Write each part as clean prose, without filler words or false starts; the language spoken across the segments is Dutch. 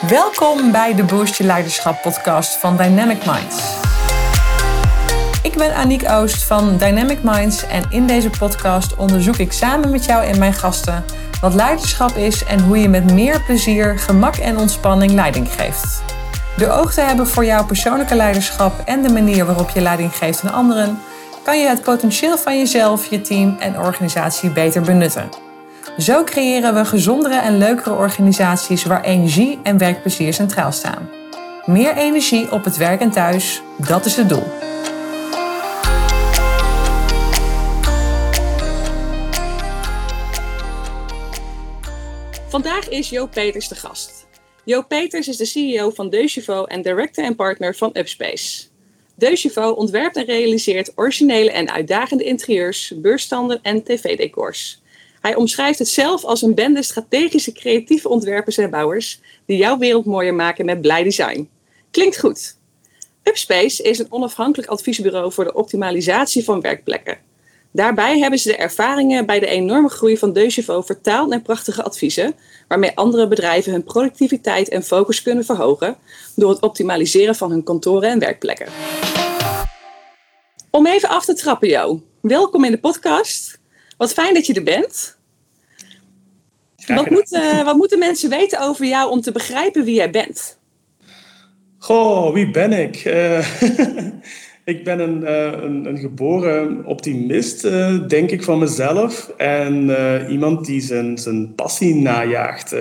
Welkom bij de Boost Je Leiderschap podcast van Dynamic Minds. Ik ben Aniek Oost van Dynamic Minds en in deze podcast onderzoek ik samen met jou en mijn gasten wat leiderschap is en hoe je met meer plezier, gemak en ontspanning leiding geeft. Door oog te hebben voor jouw persoonlijke leiderschap en de manier waarop je leiding geeft aan anderen, kan je het potentieel van jezelf, je team en organisatie beter benutten. Zo creëren we gezondere en leukere organisaties waar energie en werkplezier centraal staan. Meer energie op het werk en thuis, dat is het doel. Vandaag is Joop Peters de gast. Joop Peters is de CEO van Deucevo en director en partner van Upspace. Deucevo ontwerpt en realiseert originele en uitdagende interieurs, beursstanden en tv-decors. Hij omschrijft het zelf als een bende strategische creatieve ontwerpers en bouwers die jouw wereld mooier maken met blij design. Klinkt goed. Upspace is een onafhankelijk adviesbureau voor de optimalisatie van werkplekken. Daarbij hebben ze de ervaringen bij de enorme groei van Deucevo vertaald naar prachtige adviezen, waarmee andere bedrijven hun productiviteit en focus kunnen verhogen door het optimaliseren van hun kantoren en werkplekken. Om even af te trappen, Jo. Welkom in de podcast. Wat fijn dat je er bent. Wat moeten mensen weten over jou om te begrijpen wie jij bent? Goh, wie ben ik? Ik ben een geboren optimist, denk ik van mezelf. En iemand die zijn passie najaagt.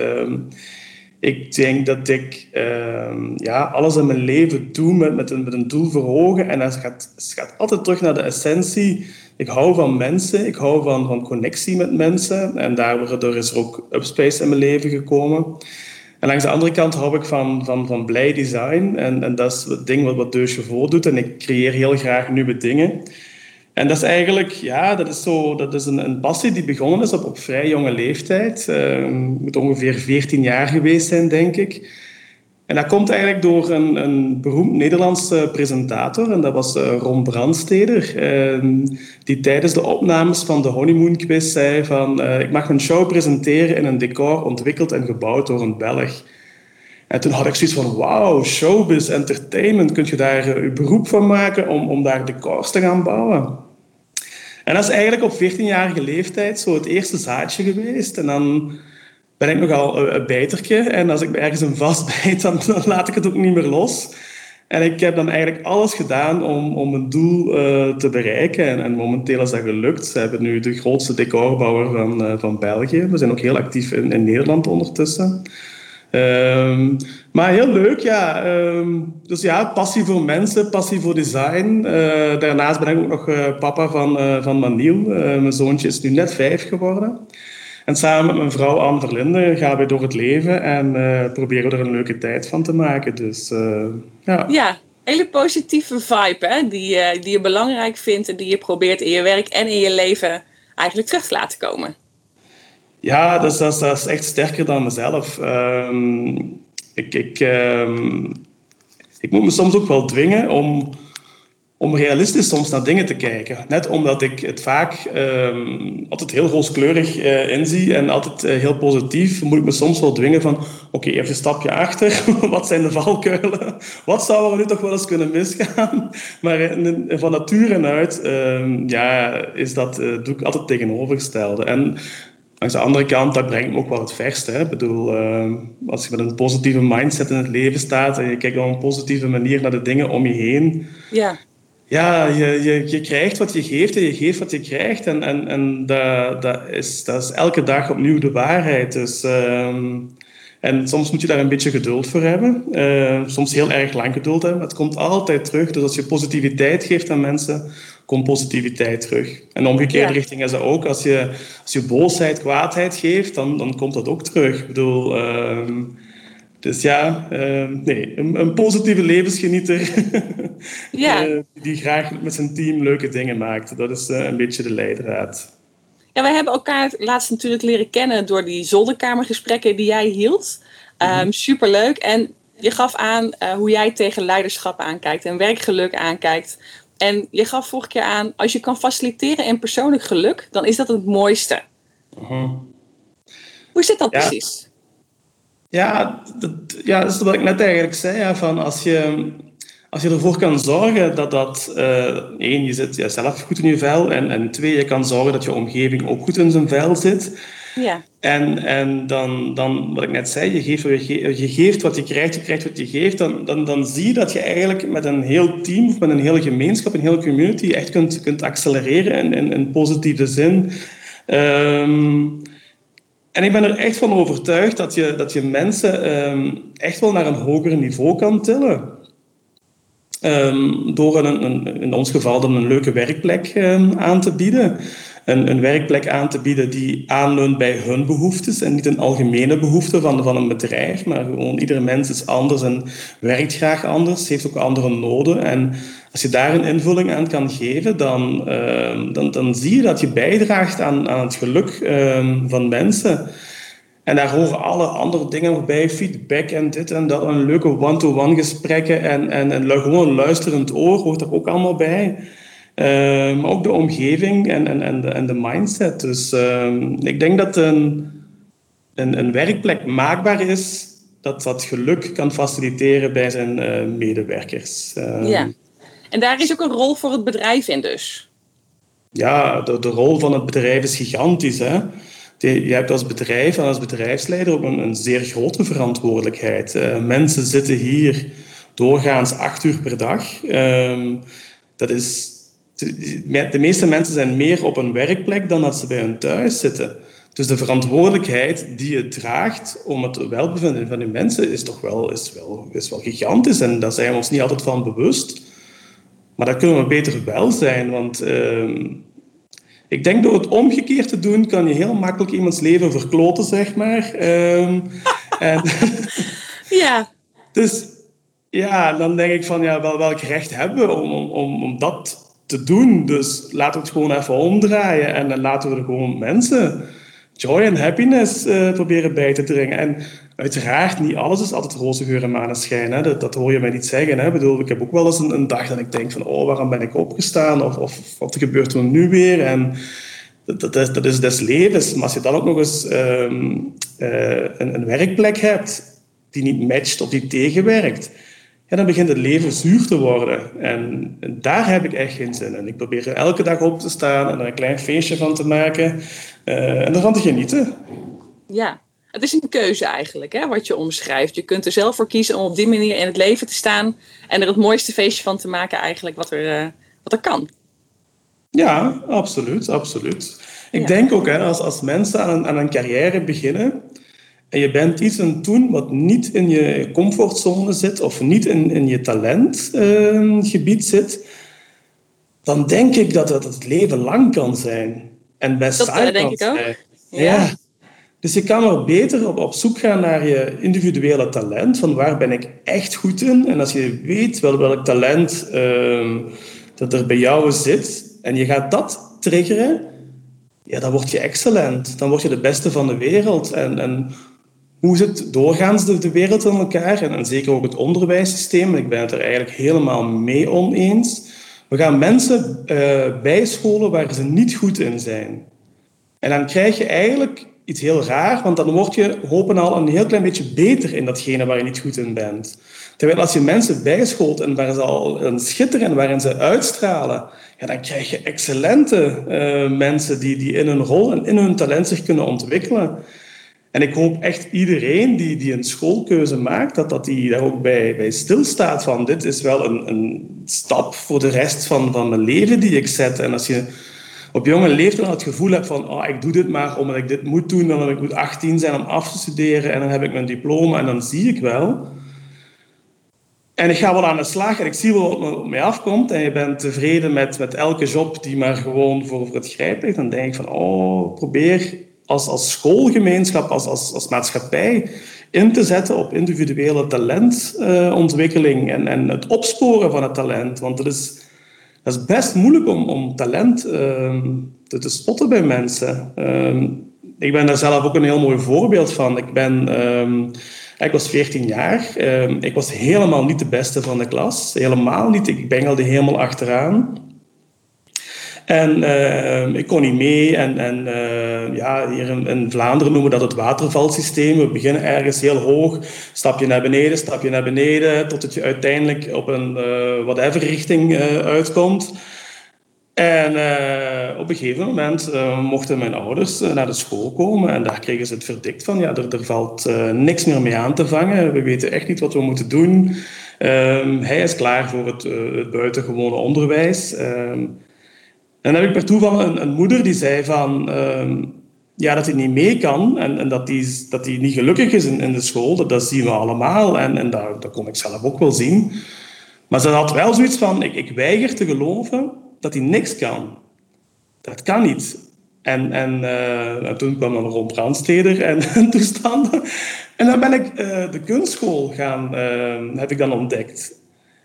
Ik denk dat ik alles in mijn leven doe met een doel voor ogen. En het gaat altijd terug naar de essentie. Ik hou van mensen, ik hou van connectie met mensen. En daardoor is er ook Upspace in mijn leven gekomen. En langs de andere kant hou ik van blij design. En dat is het ding wat Deucevo doet. En ik creëer heel graag nieuwe dingen. En dat is eigenlijk, dat is een passie die begonnen is op vrij jonge leeftijd. Moet ongeveer 14 jaar geweest zijn, denk ik. En dat komt eigenlijk door een beroemd Nederlandse presentator. En dat was Ron Brandsteder. Die tijdens de opnames van de Honeymoon Quiz zei van... ik mag een show presenteren in een decor ontwikkeld en gebouwd door een Belg. En toen had ik zoiets van... Wauw, showbiz, entertainment. Kun je daar je beroep van maken om daar decors te gaan bouwen? En dat is eigenlijk op 14-jarige leeftijd zo het eerste zaadje geweest. En dan... ben ik nogal een bijtertje. En als ik me ergens in vastbijt, dan laat ik het ook niet meer los. En ik heb dan eigenlijk alles gedaan om mijn doel te bereiken. En momenteel is dat gelukt. We hebben nu de grootste decorbouwer van België. We zijn ook heel actief in Nederland ondertussen. Maar heel leuk, ja. Dus ja, passie voor mensen, passie voor design. Daarnaast ben ik ook nog papa van Maniel. Mijn zoontje is nu net 5 geworden. En samen met mijn vrouw Anne Verlinde gaan we door het leven en proberen er een leuke tijd van te maken. Dus, ja. Ja, hele positieve vibe, hè? Die je belangrijk vindt en die je probeert in je werk en in je leven eigenlijk terug te laten komen. Ja, dat is echt sterker dan mezelf. Ik moet me soms ook wel dwingen om realistisch soms naar dingen te kijken. Net omdat ik het vaak altijd heel rooskleurig inzie en altijd heel positief, moet ik me soms wel dwingen van oké, even een stapje achter. Wat zijn de valkuilen? Wat zou er nu toch wel eens kunnen misgaan? Maar van nature uit doe ik altijd tegenovergestelde. En langs de andere kant, dat brengt me ook wel het verste. Hè? Ik bedoel, als je met een positieve mindset in het leven staat en je kijkt op een positieve manier naar de dingen om je heen... Ja. Ja, je krijgt wat je geeft en je geeft wat je krijgt. En dat is elke dag opnieuw de waarheid. Dus, en soms moet je daar een beetje geduld voor hebben. Soms heel erg lang geduld hebben. Het komt altijd terug. Dus als je positiviteit geeft aan mensen, komt positiviteit terug. En de omgekeerde richting is dat ook. Als je boosheid, kwaadheid geeft, dan komt dat ook terug. Ik bedoel... Dus ja, een positieve levensgenieter die graag met zijn team leuke dingen maakt. Dat is een beetje de leidraad. Ja, wij hebben elkaar laatst natuurlijk leren kennen door die zolderkamergesprekken die jij hield. Superleuk. En je gaf aan hoe jij tegen leiderschap aankijkt en werkgeluk aankijkt. En je gaf vorige keer aan, als je kan faciliteren in persoonlijk geluk, dan is dat het mooiste. Hoe zit dat precies? Dat is wat ik net eigenlijk zei. Ja, van als je ervoor kan zorgen dat één, je zit zelf goed in je vel en twee, je kan zorgen dat je omgeving ook goed in zijn vel zit. Ja. En dan, wat ik net zei, je geeft wat je krijgt, je krijgt wat je geeft. Dan zie je dat je eigenlijk met een heel team of met een hele gemeenschap, een hele community echt kunt accelereren in positieve zin. En ik ben er echt van overtuigd dat je mensen echt wel naar een hoger niveau kan tillen. Door in ons geval dan een leuke werkplek aan te bieden. Een werkplek aan te bieden die aanleunt bij hun behoeftes en niet een algemene behoefte van een bedrijf, maar gewoon iedere mens is anders en werkt graag anders, heeft ook andere noden. En als je daar een invulling aan kan geven, dan zie je dat je bijdraagt aan het geluk van mensen. En daar horen alle andere dingen nog bij, feedback en dit en dat, en leuke one-to-one gesprekken en gewoon een luisterend oor hoort er ook allemaal bij. Maar ook de omgeving en de mindset. Dus ik denk dat een werkplek maakbaar is dat geluk kan faciliteren bij zijn medewerkers. Ja, en daar is ook een rol voor het bedrijf in dus. Ja, de rol van het bedrijf is gigantisch, hè. Je hebt als bedrijf en als bedrijfsleider ook een zeer grote verantwoordelijkheid. Mensen zitten hier doorgaans 8 uur per dag. De meeste mensen zijn meer op een werkplek dan dat ze bij hun thuis zitten. Dus de verantwoordelijkheid die je draagt om het welbevinden van die mensen is wel gigantisch. En daar zijn we ons niet altijd van bewust. Maar dat kunnen we beter wel zijn, want ik denk door het omgekeerd te doen, kan je heel makkelijk iemands leven verkloten, zeg maar. Ja. Dus ja, dan denk ik van, welk recht hebben we om dat te doen? Dus laten we het gewoon even omdraaien en dan laten we er gewoon mensen joy en happiness proberen bij te dringen. En uiteraard, niet alles is altijd roze geur en maneschijn. Hè. Dat hoor je mij niet zeggen. Hè. Ik heb ook wel eens een dag dat ik denk van, waarom ben ik opgestaan? Of wat gebeurt er nu weer? En dat is des levens. Maar als je dan ook nog eens een werkplek hebt die niet matcht of die tegenwerkt, dan begint het leven zuur te worden. En daar heb ik echt geen zin in. Ik probeer er elke dag op te staan en er een klein feestje van te maken. En ervan te genieten. Ja, het is een keuze eigenlijk, hè, wat je omschrijft. Je kunt er zelf voor kiezen om op die manier in het leven te staan en er het mooiste feestje van te maken eigenlijk wat er kan. Ja, absoluut, absoluut. Ik denk ook, als mensen aan een carrière beginnen en je bent iets aan het doen wat niet in je comfortzone zit of niet in je talentgebied zit, dan denk ik dat het leven lang kan zijn. En best saai kan zijn. Denk ik ook. Ja. Dus je kan er beter op zoek gaan naar je individuele talent. Van waar ben ik echt goed in? En als je weet welk talent dat er bij jou zit en je gaat dat triggeren, dan word je excellent. Dan word je de beste van de wereld. En hoe zit doorgaans de wereld in elkaar? En zeker ook het onderwijssysteem. Ik ben het er eigenlijk helemaal mee oneens. We gaan mensen bijscholen waar ze niet goed in zijn. En dan krijg je eigenlijk iets heel raar, want dan word je hopen al een heel klein beetje beter in datgene waar je niet goed in bent. Terwijl als je mensen bijscholt en waar ze al schitteren en waarin ze uitstralen, dan krijg je excellente mensen die in hun rol en in hun talent zich kunnen ontwikkelen. En ik hoop echt iedereen die een schoolkeuze maakt, dat die daar ook bij stilstaat van dit is wel een stap voor de rest van mijn leven die ik zet. En als je op jonge leeftijd het gevoel hebt van ik doe dit maar omdat ik dit moet doen, dan ik moet 18 zijn om af te studeren en dan heb ik mijn diploma en dan zie ik wel. En ik ga wel aan de slag en ik zie wel wat op mij afkomt en je bent tevreden met elke job die maar gewoon voor het grijp ligt. Dan denk ik van probeer als schoolgemeenschap, als maatschappij in te zetten op individuele talentontwikkeling en het opsporen van het talent. Want dat is best moeilijk om talent te spotten bij mensen. Ik ben daar zelf ook een heel mooi voorbeeld van. Ik was 14 jaar. Ik was helemaal niet de beste van de klas. Helemaal niet. Ik bengelde helemaal achteraan. En ik kon niet mee. En hier in Vlaanderen noemen we dat het watervalsysteem. We beginnen ergens heel hoog, stapje naar beneden, totdat je uiteindelijk op een whatever richting uitkomt. En op een gegeven moment mochten mijn ouders naar de school komen en daar kregen ze het verdict van, ja, er valt niks meer mee aan te vangen. We weten echt niet wat we moeten doen. Hij is klaar voor het buitengewone onderwijs. En dan heb ik per toeval een moeder die zei van, dat hij niet mee kan en dat hij niet gelukkig is in de school. Dat zien we allemaal en dat kon ik zelf ook wel zien. Maar ze had wel zoiets van, ik weiger te geloven dat hij niks kan. Dat kan niet. En toen kwam dan Ron Brandsteder en toestanden. En dan ben ik de kunstschool heb ik dan ontdekt.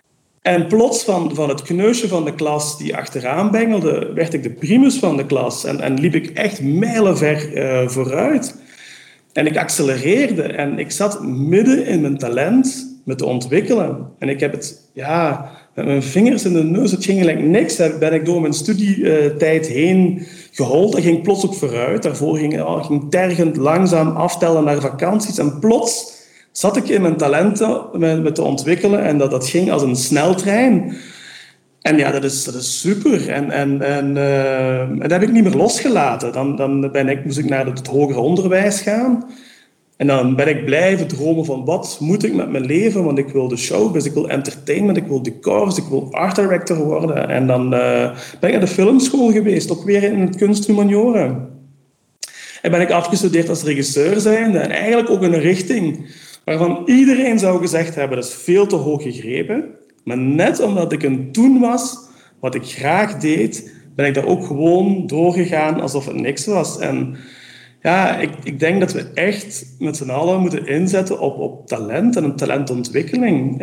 En plots van het kneusje van de klas die achteraan bengelde, werd ik de primus van de klas. En liep ik echt mijlenver vooruit. En ik accelereerde en ik zat midden in mijn talent me te ontwikkelen. En ik heb het, met mijn vingers in de neus, het ging gelijk niks. Daar ben ik door mijn studietijd heen gehold en ging plots ook vooruit. Daarvoor ging tergend langzaam aftellen naar vakanties. En plots zat ik in mijn talenten me te ontwikkelen en dat ging als een sneltrein. En ja, dat is super. En dat heb ik niet meer losgelaten. Dan moest ik naar het hoger onderwijs gaan. En dan ben ik blijven dromen van wat moet ik met mijn leven? Want ik wil de showbiz, ik wil entertainment, ik wil decors, ik wil art director worden. En dan ben ik naar de filmschool geweest, ook weer in het kunsthumaniora. En ben ik afgestudeerd als regisseur zijnde. En eigenlijk ook in een richting waarvan iedereen zou gezegd hebben, dat is veel te hoog gegrepen. Maar net omdat ik een toen was, wat ik graag deed, ben ik daar ook gewoon doorgegaan alsof het niks was. En ja, ik denk dat we echt met z'n allen moeten inzetten op talent en een talentontwikkeling.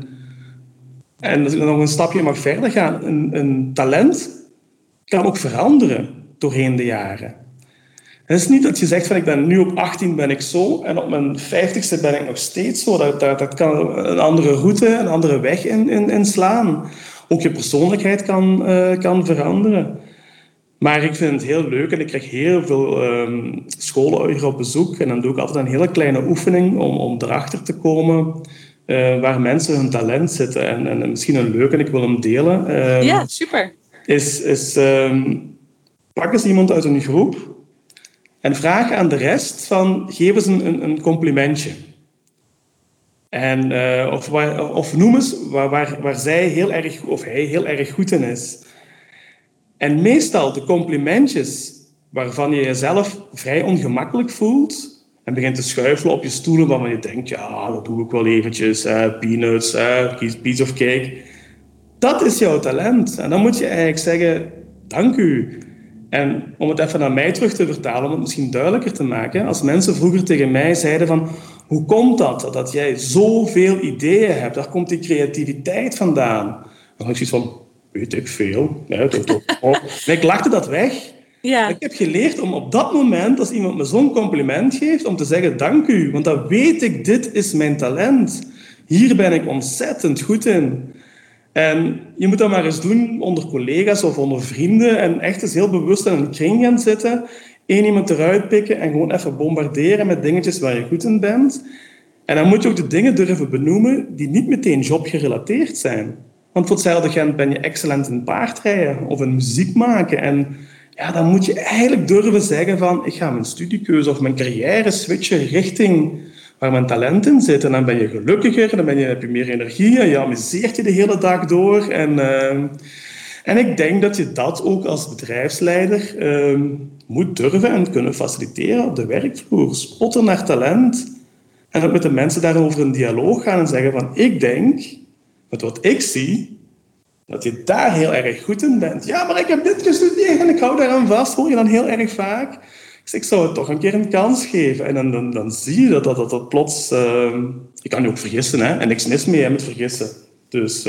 En als ik nog een stapje mag verder gaan, een talent kan ook veranderen doorheen de jaren. Het is niet dat je zegt van ik ben nu op 18 ben ik zo en op mijn 50ste ben ik nog steeds zo. Dat kan een andere route, een andere weg inslaan. Ook je persoonlijkheid kan veranderen. Maar ik vind het heel leuk en ik krijg heel veel scholen hier op bezoek. En dan doe ik altijd een hele kleine oefening om erachter te komen waar mensen hun talent zitten. En misschien een leuke, en ik wil hem delen. Ja, super. Pak eens iemand uit een groep en vraag aan de rest van, geef eens een complimentje. En, of noem eens waar zij heel erg, of hij heel erg goed in is. En meestal de complimentjes waarvan je jezelf vrij ongemakkelijk voelt en begint te schuifelen op je stoelen waarvan je denkt, ja, dat doe ik wel eventjes, peanuts, piece of cake. Dat is jouw talent. En dan moet je eigenlijk zeggen, dank u. En om het even naar mij terug te vertalen, om het misschien duidelijker te maken, als mensen vroeger tegen mij zeiden van, hoe komt dat jij zoveel ideeën hebt? Daar komt die creativitite vandaan. Dan had ik zoiets van, weet ik veel. Ja, ik lachte dat weg. Ja. Ik heb geleerd om op dat moment, als iemand me zo'n compliment geeft, om te zeggen dank u. Want dan weet ik, dit is mijn talent. Hier ben ik ontzettend goed in. En je moet dat maar eens doen onder collega's of onder vrienden. En echt eens heel bewust in een kring gaan zitten. Eén iemand eruit pikken en gewoon even bombarderen met dingetjes waar je goed in bent. En dan moet je ook de dingen durven benoemen die niet meteen jobgerelateerd zijn. Want voor hetzelfde geld ben je excellent in paardrijden of in muziek maken. En ja, dan moet je eigenlijk durven zeggen van, ik ga mijn studiekeuze of mijn carrière switchen richting waar mijn talent in zit. En dan ben je gelukkiger, dan heb je meer energie en je amuseert je de hele dag door. En ik denk dat je dat ook als bedrijfsleider moet durven en kunnen faciliteren op de werkvloer. Spotten naar talent. En dat met de mensen daarover in dialoog gaan en zeggen van, ik denk, met wat ik zie, dat je daar heel erg goed in bent. Ja, maar ik heb dit gestudeerd en ik hou daaraan vast, hoor je dan heel erg vaak. Ik zou het toch een keer een kans geven. En dan zie je dat plots... je kan je ook vergissen, hè. En niks mis mee met vergissen. Dus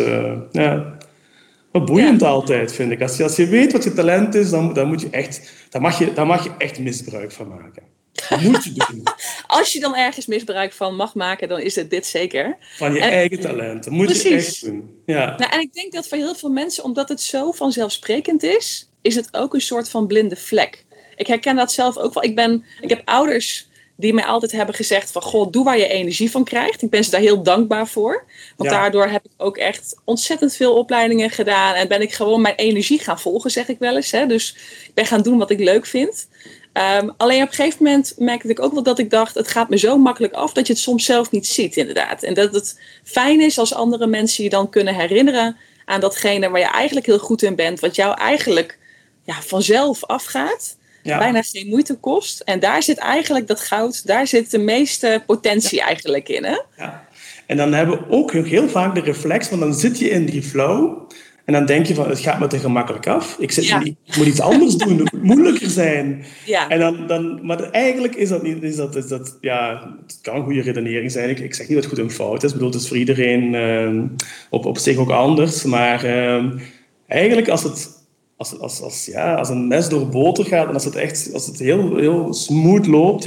wat boeiend altijd, vind ik. Als je weet wat je talent is, dan mag je echt misbruik van maken. Dat moet je doen. als je dan ergens misbruik van mag maken, dan is het dit zeker. Van je eigen talenten. Moet je echt doen. Ja. Nou, en ik denk dat voor heel veel mensen, omdat het zo vanzelfsprekend is het ook een soort van blinde vlek. Ik herken dat zelf ook wel. Ik heb ouders die mij altijd hebben gezegd van, goh, doe waar je energie van krijgt. Ik ben ze daar heel dankbaar voor. Want daardoor heb ik ook echt ontzettend veel opleidingen gedaan. En ben ik gewoon mijn energie gaan volgen, zeg ik wel eens. Hè. Dus ik ben gaan doen wat ik leuk vind. Alleen op een gegeven moment merkte ik ook wel dat ik dacht, het gaat me zo makkelijk af dat je het soms zelf niet ziet, inderdaad. En dat het fijn is als andere mensen je dan kunnen herinneren aan datgene waar je eigenlijk heel goed in bent. Wat jou eigenlijk vanzelf afgaat. Ja. Bijna geen moeite kost. En daar zit eigenlijk dat goud, daar zit de meeste potentie eigenlijk in. Hè? Ja. En dan hebben we ook heel vaak de reflex, want dan zit je in die flow en dan denk je van, het gaat me te gemakkelijk af. Ik moet iets anders doen, het moet moeilijker zijn. Ja. En maar eigenlijk is dat niet, het kan een goede redenering zijn. Ik zeg niet dat het goed en fout is. Ik bedoel, het is voor iedereen op zich ook anders. Maar eigenlijk als een mes door boter gaat en als het heel smooth loopt,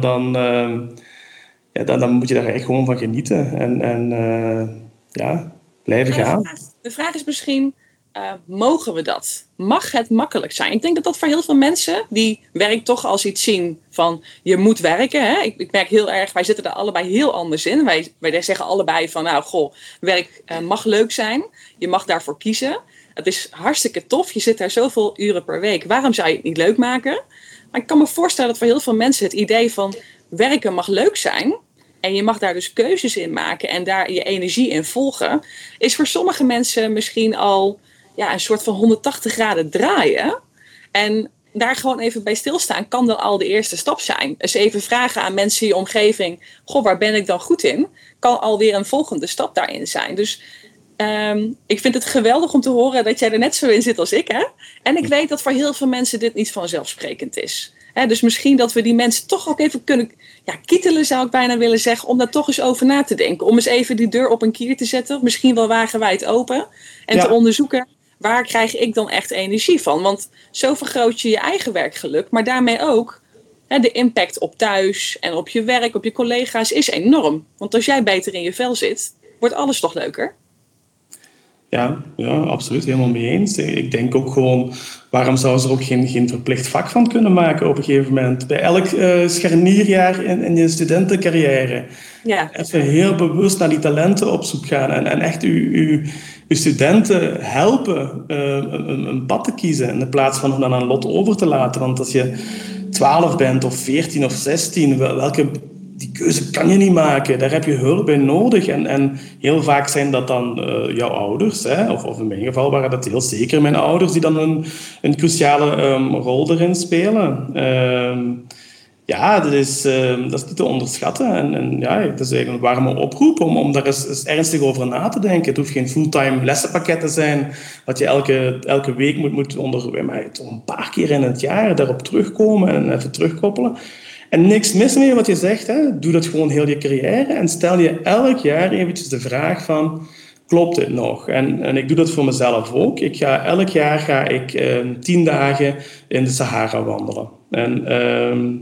dan moet je daar echt gewoon van genieten en blijven gaan. De vraag is misschien, mogen we dat? Mag het makkelijk zijn? Ik denk dat voor heel veel mensen die werk toch als iets zien van je moet werken. Hè? Ik merk heel erg, wij zitten er allebei heel anders in. Wij zeggen allebei van werk mag leuk zijn. Je mag daarvoor kiezen. Het is hartstikke tof. Je zit daar zoveel uren per week. Waarom zou je het niet leuk maken? Maar ik kan me voorstellen dat voor heel veel mensen het idee van werken mag leuk zijn. En je mag daar dus keuzes in maken en daar je energie in volgen. Is voor sommige mensen misschien al een soort van 180 graden draaien. En daar gewoon even bij stilstaan kan dan al de eerste stap zijn. Dus even vragen aan mensen in je omgeving. Goh, waar ben ik dan goed in? Kan alweer een volgende stap daarin zijn. Dus ik vind het geweldig om te horen dat jij er net zo in zit als ik. Hè? En ik weet dat voor heel veel mensen dit niet vanzelfsprekend is. Dus misschien dat we die mensen toch ook even kunnen kietelen, zou ik bijna willen zeggen. Om daar toch eens over na te denken. Om eens even die deur op een kier te zetten. Misschien wel wagenwijd open. En te onderzoeken, waar krijg ik dan echt energie van? Want zo vergroot je je eigen werkgeluk. Maar daarmee ook de impact op thuis en op je werk, op je collega's is enorm. Want als jij beter in je vel zit, wordt alles toch leuker? Ja, absoluut. Helemaal mee eens. Ik denk ook gewoon, waarom zouden ze er ook geen verplicht vak van kunnen maken op een gegeven moment? Bij elk scharnierjaar in je studentencarrière. Ja. Even heel bewust naar die talenten op zoek gaan. En echt uw studenten helpen een pad te kiezen. In plaats van dan aan lot over te laten. Want als je 12 bent of 14 of 16, die keuze kan je niet maken. Daar heb je hulp bij nodig. En heel vaak zijn dat dan jouw ouders. Hè? Of in mijn geval waren dat heel zeker mijn ouders die dan een cruciale rol erin spelen. Dat is niet te onderschatten. Dat is eigenlijk een warme oproep om daar eens ernstig over na te denken. Het hoeft geen fulltime lessenpakket te zijn dat je elke week moet maar toch een paar keer in het jaar daarop terugkomen en even terugkoppelen. En niks mis mee wat je zegt. Hè? Doe dat gewoon heel je carrière en stel je elk jaar eventjes de vraag van, klopt dit nog? En ik doe dat voor mezelf ook. Elk jaar ga ik 10 dagen in de Sahara wandelen. En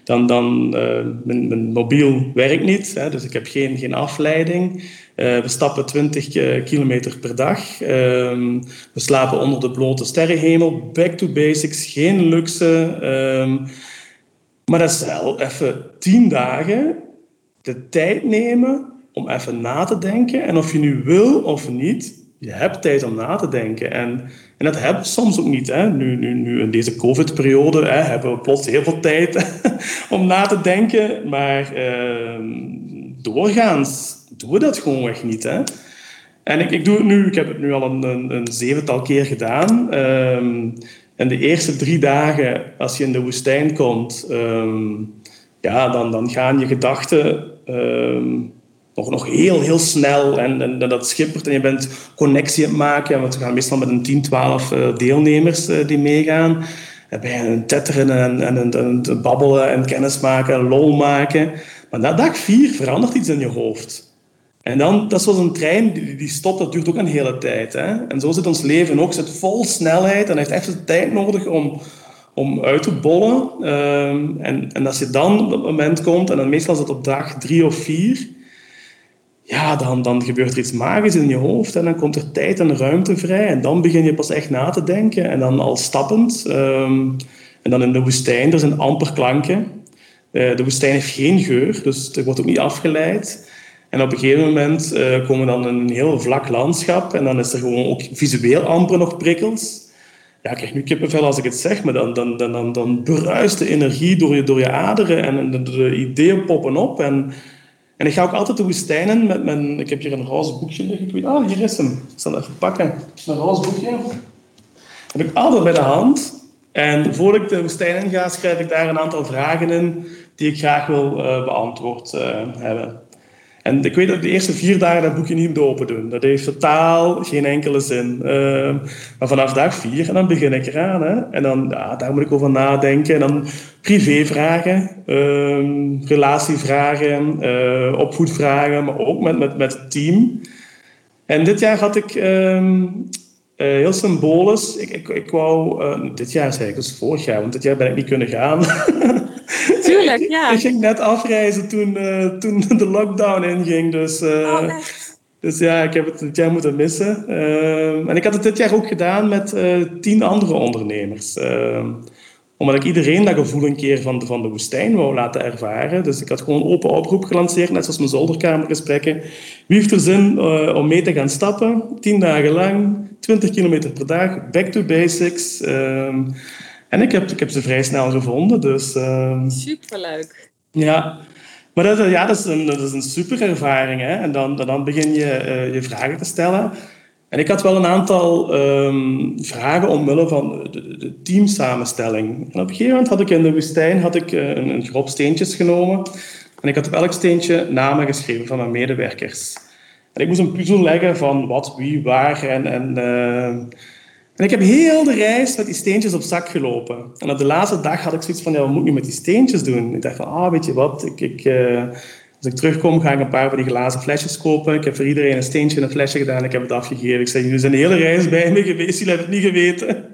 mijn mobiel werkt niet, hè? Dus ik heb geen afleiding. We stappen 20 kilometer per dag. We slapen onder de blote sterrenhemel. Back to basics, geen luxe. Maar dat is wel even 10 dagen de tijd nemen om even na te denken. En of je nu wil of niet, je hebt tijd om na te denken. En dat hebben we soms ook niet. Hè. Nu in deze COVID-periode hebben we plots heel veel tijd om na te denken. Maar doorgaans doen we dat gewoon echt niet. Hè. En ik doe het nu, ik heb het nu al een 7-tal keer gedaan. En de eerste 3 dagen, als je in de woestijn komt, dan gaan je gedachten nog heel, heel snel. En dat schippert en je bent connectie aan het maken. Want we gaan meestal met een 10, 12 deelnemers die meegaan. Dan ben je aan het tetteren en babbelen en kennis maken en lol maken. Maar na dag 4 verandert iets in je hoofd. En dan, dat is zoals een trein, die stopt, dat duurt ook een hele tijd. Hè? En zo zit ons leven ook, zit vol snelheid en heeft echt de tijd nodig om uit te bollen. En als je dan op dat moment komt, en dan meestal is het op dag 3 of 4, ja, dan gebeurt er iets magisch in je hoofd en dan komt er tijd en ruimte vrij en dan begin je pas echt na te denken en dan al stappend. En dan in de woestijn, er zijn amper klanken. De woestijn heeft geen geur, dus er wordt ook niet afgeleid. En op een gegeven moment komen we dan in een heel vlak landschap en dan is er gewoon ook visueel amper nog prikkels. Ja, ik krijg nu kippenvel als ik het zeg, maar dan bruist de energie door je aderen en de ideeën poppen op. En ik ga ook altijd de woestijn in met mijn... Ik heb hier een roze boekje liggen. Oh, hier is hem. Ik zal het even pakken. Een roze boekje. Dat heb ik altijd bij de hand. En voordat ik de woestijn in ga, schrijf ik daar een aantal vragen in die ik graag wil beantwoord hebben. En ik weet dat de eerste 4 dagen dat boekje niet moet open doen. Dat heeft totaal geen enkele zin. Maar vanaf dag 4, en dan begin ik eraan. Hè? En dan, daar moet ik over nadenken. En dan privévragen, relatievragen, opvoedvragen, maar ook met het team. En dit jaar had ik heel symbolisch... Ik wou... dit jaar zei ik, dus vorig jaar, want dit jaar ben ik niet kunnen gaan. Tuurlijk, ja. Ik ging net afreizen toen de lockdown inging. Dus, dus ja, ik heb het dit jaar moeten missen. En ik had het dit jaar ook gedaan met 10 andere ondernemers. Omdat ik iedereen dat gevoel een keer van de woestijn wou laten ervaren. Dus ik had gewoon een open oproep gelanceerd, net zoals mijn zolderkamergesprekken. Wie heeft er zin om mee te gaan stappen? 10 dagen lang, 20 kilometer per dag, back to basics. En ik heb ze vrij snel gevonden. Dus, superleuk. Ja, maar dat is een super ervaring. Hè? En dan begin je je vragen te stellen. En ik had wel een aantal vragen omwille van de teamsamenstelling. En op een gegeven moment had ik in de woestijn een groep steentjes genomen. En ik had op elk steentje namen geschreven van mijn medewerkers. En ik moest een puzzel leggen van wat, wie, waar. En ik heb heel de reis met die steentjes op zak gelopen. En op de laatste dag had ik zoiets van, wat moet ik nu met die steentjes doen? Ik dacht van, weet je wat, als ik terugkom ga ik een paar van die glazen flesjes kopen. Ik heb voor iedereen een steentje in een flesje gedaan. Ik heb het afgegeven. Ik zei, jullie zijn de hele reis bij me geweest. Jullie hebben het niet geweten.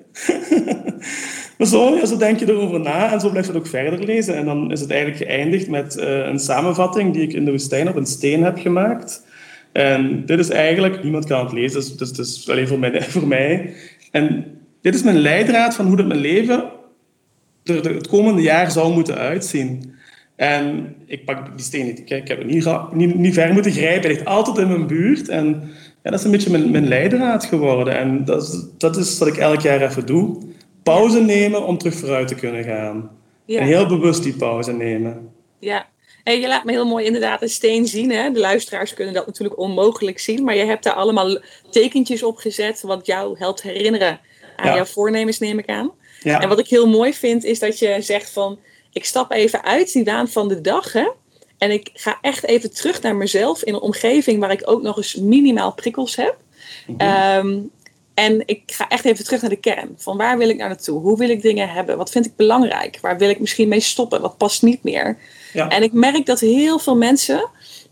Maar zo denk je erover na. En zo blijf je het ook verder lezen. En dan is het eigenlijk geëindigd met een samenvatting die ik in de woestijn op een steen heb gemaakt. En dit is eigenlijk, niemand kan het lezen, dus het is alleen voor mij. En dit is mijn leidraad van hoe dat mijn leven er het komende jaar zou moeten uitzien. En ik pak die steen niet. Ik heb het niet ver moeten grijpen. Hij ligt altijd in mijn buurt. En ja, dat is een beetje mijn leidraad geworden. En dat is wat ik elk jaar even doe. Pauze nemen om terug vooruit te kunnen gaan. Ja. En heel bewust die pauze nemen. Ja. Hey, je laat me heel mooi inderdaad een steen zien. Hè? De luisteraars kunnen dat natuurlijk onmogelijk zien. Maar je hebt daar allemaal tekentjes op gezet. Wat jou helpt herinneren aan jouw voornemens, neem ik aan. Ja. En wat ik heel mooi vind is dat je zegt van... Ik stap even uit die waan van de dag. Hè? En ik ga echt even terug naar mezelf. In een omgeving waar ik ook nog eens minimaal prikkels heb. Mm-hmm. En ik ga echt even terug naar de kern. Van waar wil ik nou naartoe? Hoe wil ik dingen hebben? Wat vind ik belangrijk? Waar wil ik misschien mee stoppen? Wat past niet meer? Ja. En ik merk dat heel veel mensen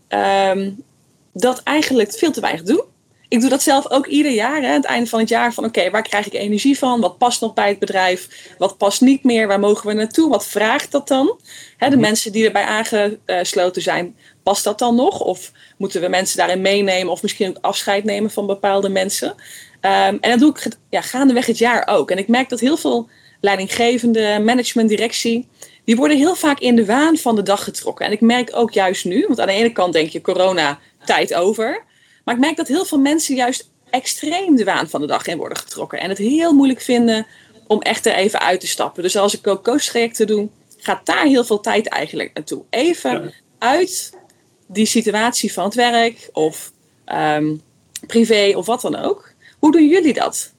dat eigenlijk veel te weinig doen. Ik doe dat zelf ook ieder jaar. Hè, aan het einde van het jaar. Van oké, waar krijg ik energie van? Wat past nog bij het bedrijf? Wat past niet meer? Waar mogen we naartoe? Wat vraagt dat dan? Hè, de mensen die erbij aangesloten zijn. Past dat dan nog? Of moeten we mensen daarin meenemen? Of misschien ook afscheid nemen van bepaalde mensen? En dat doe ik gaandeweg het jaar ook. En ik merk dat heel veel leidinggevende, management, directie... die worden heel vaak in de waan van de dag getrokken. En ik merk ook juist nu... want aan de ene kant denk je corona, tijd over... maar ik merk dat heel veel mensen juist extreem de waan van de dag in worden getrokken. En het heel moeilijk vinden om echt er even uit te stappen. Dus als ik ook coachtrajecten doe... gaat daar heel veel tijd eigenlijk naartoe. Even uit die situatie van het werk... of privé of wat dan ook... Hoe doen jullie dat?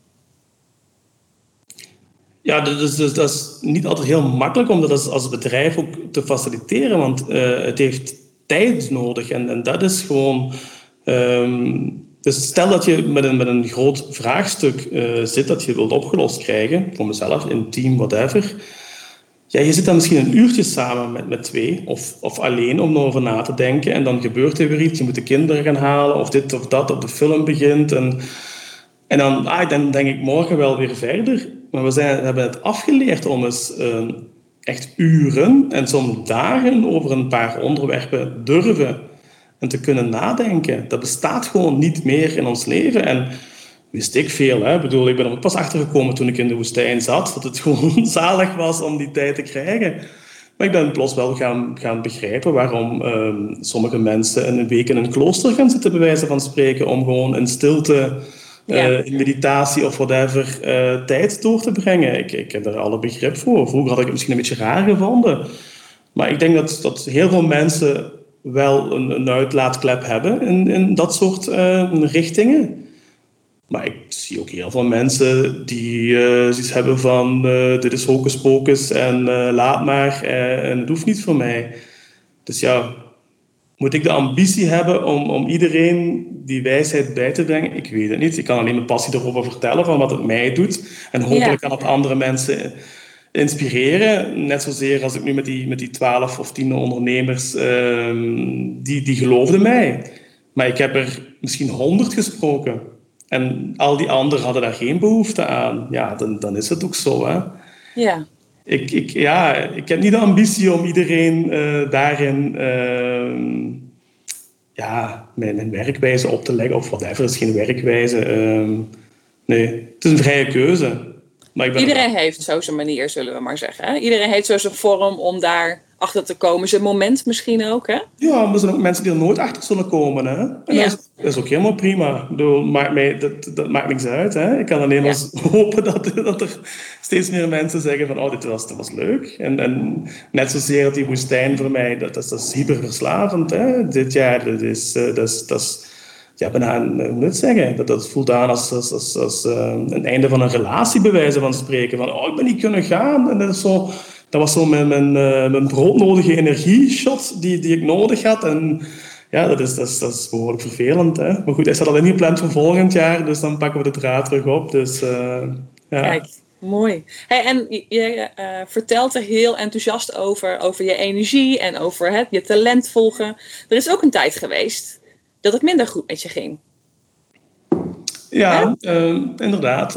Ja, dat is niet altijd heel makkelijk om dat als bedrijf ook te faciliteren, want het heeft tijd nodig en dat is gewoon... Dus stel dat je met een groot vraagstuk zit dat je wilt opgelost krijgen, voor mezelf, in een team, whatever. Ja, je zit dan misschien een uurtje samen met 2 of alleen om erover na te denken en dan gebeurt er weer iets. Je moet de kinderen gaan halen of dit of dat, of de film begint en dan denk ik morgen wel weer verder. Maar hebben het afgeleerd om eens echt uren en soms dagen over een paar onderwerpen durven en te kunnen nadenken. Dat bestaat gewoon niet meer in ons leven. En wist ik veel. Hè? Ik bedoel, ik ben er pas achtergekomen toen ik in de woestijn zat, dat het gewoon zalig was om die tijd te krijgen. Maar ik ben plots wel gaan begrijpen waarom sommige mensen een week in een klooster gaan zitten, bij wijze van spreken, om gewoon in stilte, in meditatie of whatever, tijd door te brengen. Ik heb er alle begrip voor. Vroeger had ik het misschien een beetje raar gevonden. Maar ik denk dat heel veel mensen wel een uitlaatklep hebben in dat soort richtingen. Maar ik zie ook heel veel mensen die zoiets hebben van dit is hocus pocus en laat maar en het hoeft niet voor mij. Dus ja, moet ik de ambitie hebben om iedereen die wijsheid bij te brengen? Ik weet het niet. Ik kan alleen mijn passie erover vertellen van wat het mij doet. En hopelijk kan het andere mensen inspireren. Net zozeer als ik nu met die 12 of 10 ondernemers, die geloofden mij. Maar ik heb er misschien 100 gesproken. En al die anderen hadden daar geen behoefte aan. Ja, dan is het ook zo. Hè? Ja. Ik heb niet de ambitie om iedereen daarin mijn werkwijze op te leggen. Of whatever, het is geen werkwijze. Nee, het is een vrije keuze. Maar iedereen heeft zo zijn manier, zullen we maar zeggen. Hè? Iedereen heeft zo zijn vorm om daar achter te komen. Zijn moment misschien ook, hè? Ja, maar er zijn ook mensen die er nooit achter zullen komen, hè? En dat is ook helemaal prima. Ik bedoel, dat maakt niks uit, hè? Ik kan alleen maar hopen dat er steeds meer mensen zeggen van, oh, dit was leuk. En net zozeer dat die woestijn voor mij, dat is hyperverslavend, hè? Dit jaar, dat is bijna, hoe moet ik zeggen? Dat voelt aan als een einde van een relatie, bij wijze van spreken. Van, oh, ik ben niet kunnen gaan. En dat was zo mijn broodnodige energieshot die ik nodig had. En ja, dat is behoorlijk vervelend. Hè? Maar goed, hij staat al in gepland voor volgend jaar. Dus dan pakken we de draad terug op. Dus, Kijk, mooi. Hey, en je vertelt er heel enthousiast over je energie en over je talent volgen. Er is ook een tijd geweest dat het minder goed met je ging. Ja, inderdaad.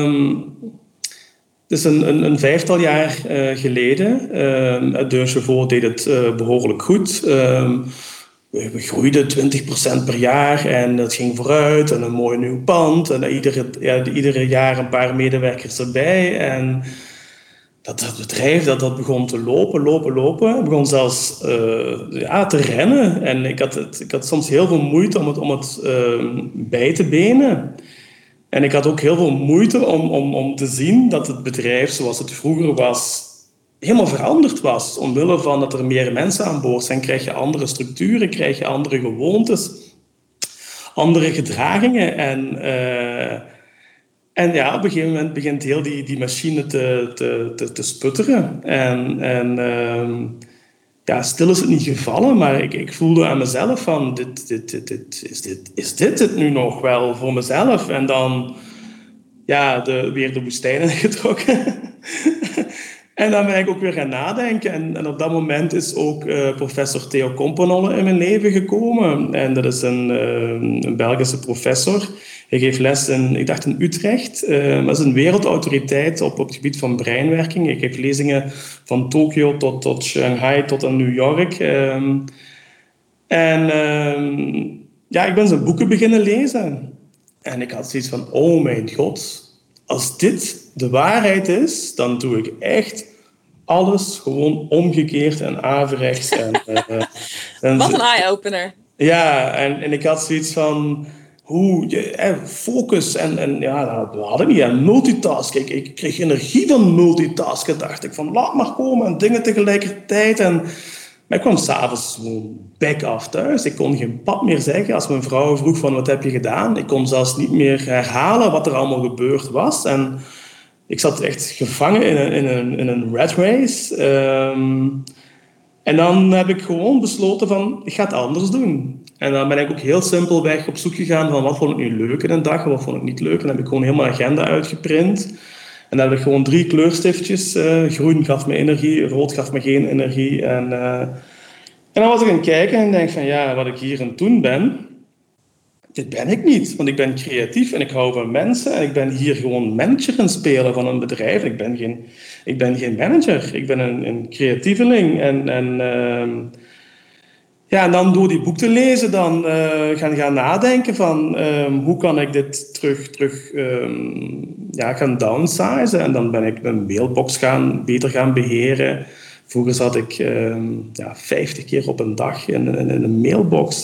Dus een 5-tal jaar geleden. De Chevaux deed het behoorlijk goed. We groeiden 20% per jaar en dat ging vooruit. En een mooi nieuw pand. En iedere jaar een paar medewerkers erbij. En dat bedrijf dat begon te lopen. Het begon zelfs te rennen. En ik had soms heel veel moeite om het bij te benen. En ik had ook heel veel moeite om te zien dat het bedrijf zoals het vroeger was helemaal veranderd was. Omwille van dat er meer mensen aan boord zijn, krijg je andere structuren, krijg je andere gewoontes, andere gedragingen. En ja, op een gegeven moment begint heel die machine te sputteren. Stil is het niet gevallen, maar ik voelde aan mezelf van, is dit het nu nog wel voor mezelf? En dan weer de woestijn ingetrokken. En dan ben ik ook weer gaan nadenken. En op dat moment is ook professor Theo Componolle in mijn leven gekomen. En dat is een Belgische professor. Hij geeft les in Utrecht. Dat is een wereldautoriteit op het gebied van breinwerking. Hij geeft lezingen van Tokio tot Shanghai tot aan New York. Ik ben zijn boeken beginnen lezen. En ik had zoiets van, oh mijn god, als dit de waarheid is, dan doe ik echt alles gewoon omgekeerd en averechts. Wat een eye-opener. Ja, en ik had zoiets van, focus dat had ik niet. En multitasken. Ik kreeg energie van multitasken, dacht ik. Van, laat maar komen en dingen tegelijkertijd. Maar ik kwam s'avonds gewoon back af thuis. Ik kon geen pap meer zeggen als mijn vrouw vroeg van, wat heb je gedaan? Ik kon zelfs niet meer herhalen wat er allemaal gebeurd was. En ik zat echt gevangen in een rat race. En dan heb ik gewoon besloten van, ik ga het anders doen. En dan ben ik ook heel simpelweg op zoek gegaan van, wat vond ik nu leuk in een dag en wat vond ik niet leuk. En dan heb ik gewoon helemaal een agenda uitgeprint. En dan heb ik gewoon 3 kleurstiftjes. Groen gaf me energie, rood gaf me geen energie. En dan was ik aan het kijken en denk van, ja, wat ik hier aan het doen ben, dit ben ik niet. Want ik ben creatief en ik hou van mensen. En ik ben hier gewoon manager aan het spelen van een bedrijf. Ik ben geen manager. Ik ben een creatieveling. En dan door die boek te lezen, dan gaan nadenken van hoe kan ik dit terug gaan downsizen. En dan ben ik mijn mailbox beter gaan beheren. Vroeger zat ik 50 keer op een dag in een mailbox.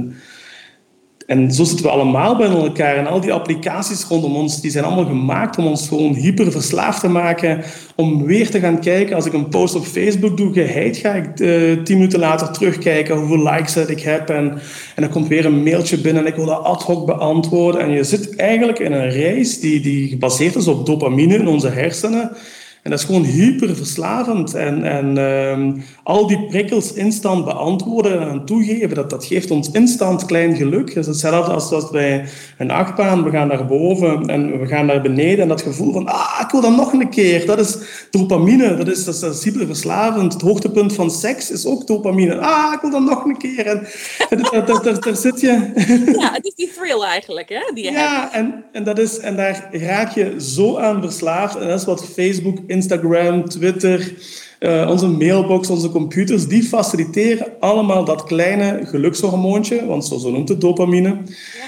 En zo zitten we allemaal bij elkaar. En al die applicaties rondom ons, die zijn allemaal gemaakt om ons gewoon hyperverslaafd te maken. Om weer te gaan kijken. Als ik een post op Facebook doe, ga ik 10 minuten later terugkijken hoeveel likes ik heb. En dan komt weer een mailtje binnen en ik wil dat ad hoc beantwoorden. En je zit eigenlijk in een reis die gebaseerd is op dopamine in onze hersenen. En dat is gewoon hyperverslavend. En al die prikkels instant beantwoorden en toegeven, dat geeft ons instant klein geluk. Het is hetzelfde als bij een achtbaan. We gaan naar boven en we gaan naar beneden. En dat gevoel van, ik wil dat nog een keer. Dat is dopamine. Dat is hyperverslavend. Het hoogtepunt van seks is ook dopamine. Ik wil dat nog een keer. En daar zit je. Ja, het is die thrill eigenlijk, hè? Die je hebt. En daar raak je zo aan verslaafd. En dat is wat Facebook, Instagram, Twitter, onze mailbox, onze computers, die faciliteren allemaal dat kleine gelukshormoontje, want zo noemt het dopamine. Ja.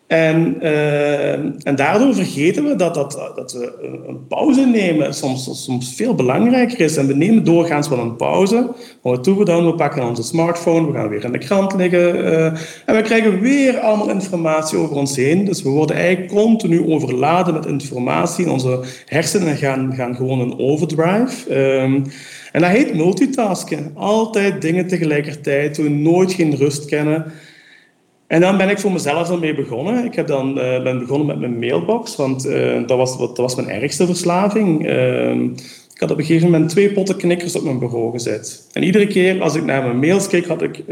En daardoor vergeten we dat we een pauze nemen soms veel belangrijker is. En we nemen doorgaans wel een pauze. Wat doen we dan? We pakken onze smartphone, we gaan weer in de krant liggen. En we krijgen weer allemaal informatie over ons heen. Dus we worden eigenlijk continu overladen met informatie. Onze hersenen gaan gewoon in overdrive. En dat heet multitasken. Altijd dingen tegelijkertijd doen, nooit geen rust kennen. En dan ben ik voor mezelf ermee begonnen. Ik ben begonnen met mijn mailbox, want dat was mijn ergste verslaving. Ik had op een gegeven moment 2 potten knikkers op mijn bureau gezet. En iedere keer als ik naar mijn mails keek,